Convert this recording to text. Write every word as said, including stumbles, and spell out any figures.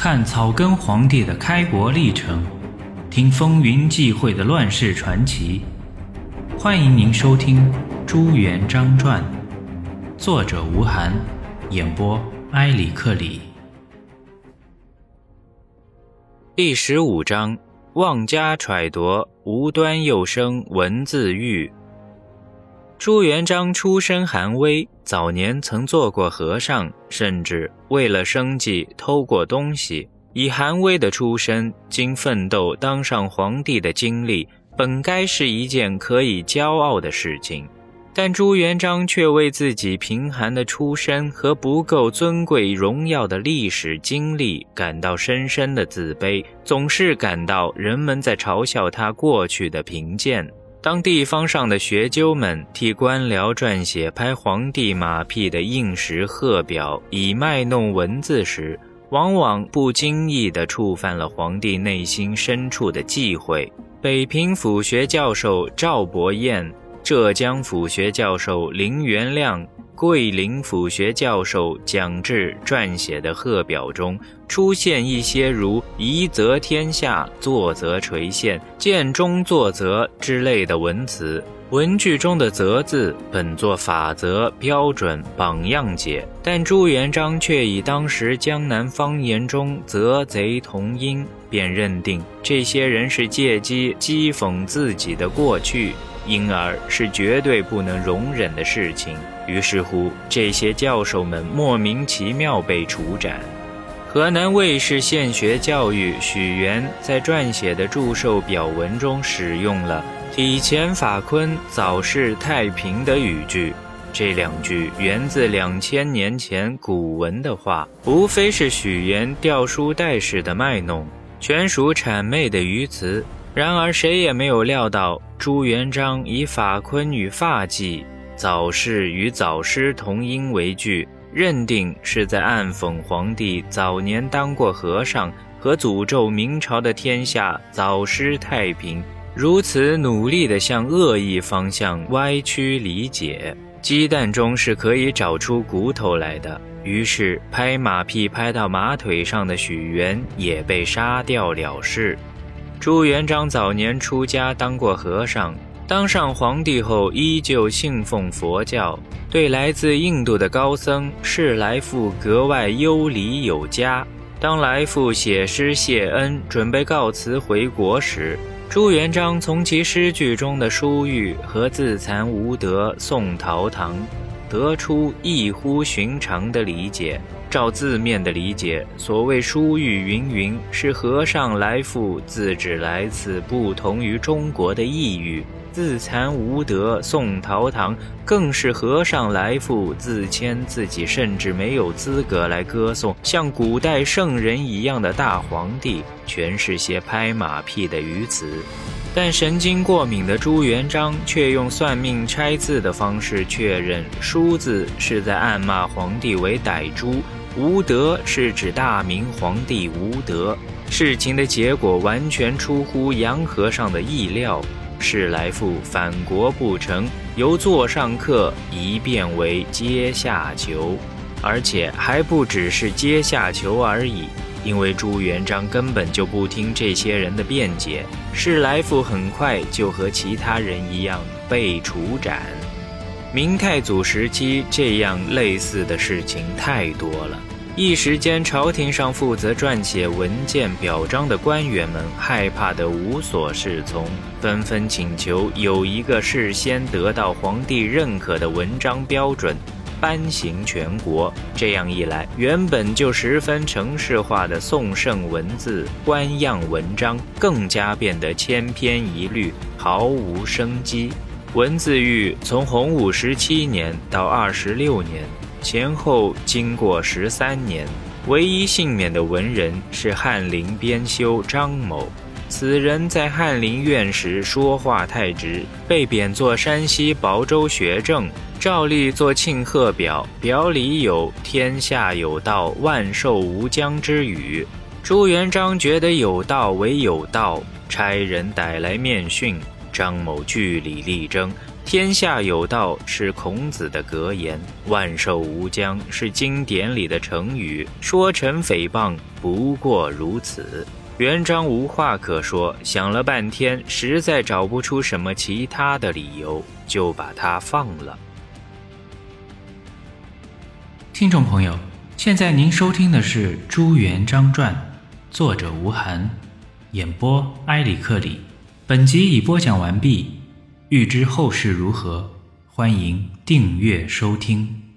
看草根皇帝的开国历程，听风云际会的乱世传奇。欢迎您收听《朱元璋传》，作者吴晗，演播埃里克里。第十五章，妄加揣度，无端又生文字狱。朱元璋出身寒微，早年曾做过和尚，甚至为了生计偷过东西。以寒微的出身，经奋斗当上皇帝的经历，本该是一件可以骄傲的事情。但朱元璋却为自己贫寒的出身和不够尊贵荣耀的历史经历感到深深的自卑，总是感到人们在嘲笑他过去的贫贱。当地方上的学究们替官僚撰写拍皇帝马屁的应时贺表，以卖弄文字时，往往不经意地触犯了皇帝内心深处的忌讳。北平府学教授赵伯彦、浙江府学教授林元亮、桂林府学教授蒋志撰写的贺表中，出现一些如夷则天下，坐则垂线，见中作则之类的文词。文句中的则字本作法则、标准、榜样解，但朱元璋却以当时江南方言中则贼同音，便认定这些人是借机讥讽自己的过去，因而是绝对不能容忍的事情。于是乎，这些教授们莫名其妙被处斩。河南卫视县学教育许元在撰写的祝寿表文中使用了体前法坤，早逝太平的语句。这两句源自两千年前古文的话，无非是许元掉书袋式的卖弄，全属谄媚的语词。然而谁也没有料到，朱元璋以法坤与发髻、早逝与早失同音为句，认定是在暗讽皇帝早年当过和尚，和诅咒明朝的天下早失太平，如此努力地向恶意方向歪曲理解。鸡蛋中是可以找出骨头来的，于是拍马屁拍到马腿上的许元也被杀掉了事。朱元璋早年出家当过和尚，当上皇帝后依旧信奉佛教，对来自印度的高僧释来复格外优礼有加。当来复写诗谢恩，准备告辞回国时，朱元璋从其诗句中的疏郁和自惭无德宋陶唐得出异乎寻常的理解。照字面的理解，所谓疏郁云云，是和尚来复自指来自不同于中国的异域。自惭无德宋陶唐更是和尚来复自谦自己甚至没有资格来歌颂像古代圣人一样的大皇帝，全是些拍马屁的语词。但神经过敏的朱元璋却用算命拆字的方式确认，疏字是在暗骂皇帝为歹猪，无德是指大明皇帝无德。事情的结果完全出乎杨和尚的意料，释来复反国不成，由座上客一变为阶下囚，而且还不只是阶下囚而已。因为朱元璋根本就不听这些人的辩解，释来复很快就和其他人一样被处斩。明太祖时期这样类似的事情太多了，一时间朝廷上负责撰写文件表彰的官员们害怕得无所适从，纷纷请求有一个事先得到皇帝认可的文章标准颁行全国。这样一来，原本就十分程式化的宋圣文字官样文章更加变得千篇一律，毫无生机。文字狱从洪武十七年到二十六年，前后经过十三年，唯一幸免的文人是翰林编修张某。此人在翰林院时说话太直，被贬作山西亳州学政，照例作庆贺表，表里有天下有道，万寿无疆之语。朱元璋觉得有道为有道，差人逮来面训。张某据理力争， 天下有道是孔子的格言，万寿无疆是经典里的成语，说成诽谤不过如此。元璋无话可说，想了半天，实在找不出什么其他的理由，就把他放了。 听众朋友，现在您收听的是《朱元璋传》，作者吴晗，演播埃里克里。本集已播讲完毕，欲知后事如何，欢迎订阅收听。